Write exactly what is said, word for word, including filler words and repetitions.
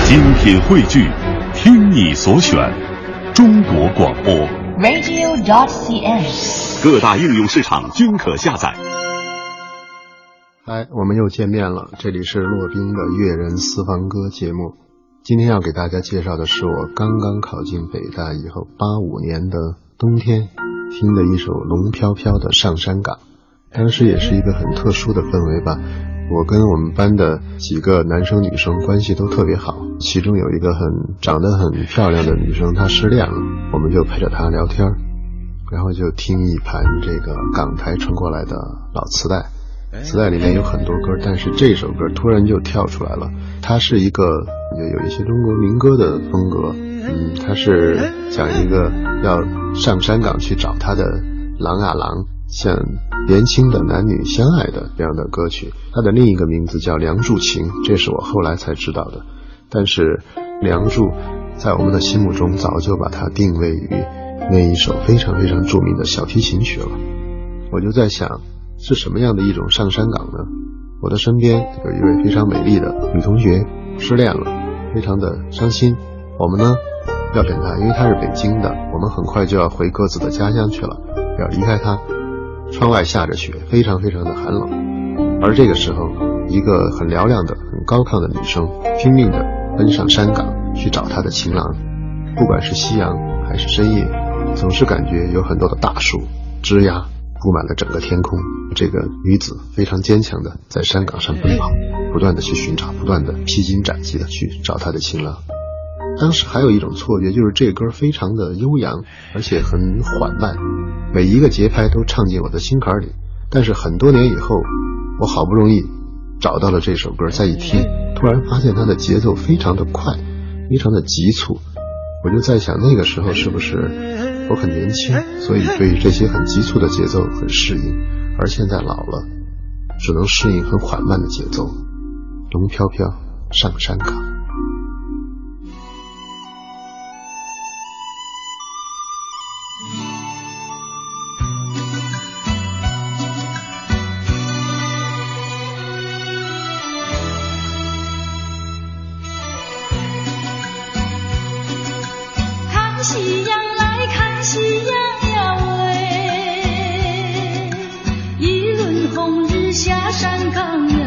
精品汇聚，听你所选，中国广播 radio dot c n， 各大应用市场均可下载。 嗨，我们又见面了，这里是骆宾的粤人私房歌节目。今天要给大家介绍的是我刚刚考进北大以后八五年的冬天听的一首龙飘飘的上山岗。当时也是一个很特殊的氛围吧，我跟我们班的几个男生女生关系都特别好，其中有一个很长得很漂亮的女生，她失恋了，我们就陪着她聊天，然后就听一盘这个港台传过来的老磁带，磁带里面有很多歌，但是这首歌突然就跳出来了，它是一个有一些中国民歌的风格，嗯，它是讲一个要上山岗去找他的郎啊郎，像年轻的男女相爱的这样的歌曲。它的另一个名字叫梁祝情，这是我后来才知道的，但是梁祝在我们的心目中早就把它定位于那一首非常非常著名的小提琴曲了。我就在想，是什么样的一种上山岗呢？我的身边有一位非常美丽的女同学失恋了，非常的伤心，我们呢要等她，因为她是北京的，我们很快就要回各自的家乡去了，要离开她。窗外下着雪，非常非常的寒冷，而这个时候一个很嘹亮的很高亢的女生拼命地奔上山岗去找她的情郎。不管是夕阳还是深夜，总是感觉有很多的大树枝桠布满了整个天空。这个女子非常坚强地在山岗上奔跑，不断地去寻找，不断地披荆斩棘地去找她的情郎。当时还有一种错觉，就是这歌非常的悠扬，而且很缓慢，每一个节拍都唱进我的心坎里。但是很多年以后，我好不容易找到了这首歌，再一听，突然发现它的节奏非常的快，非常的急促。我就在想，那个时候是不是我很年轻，所以对于这些很急促的节奏很适应，而现在老了，只能适应很缓慢的节奏。龙飘飘上山岗。 夕阳来看夕阳呀喂，一轮红日下山岗。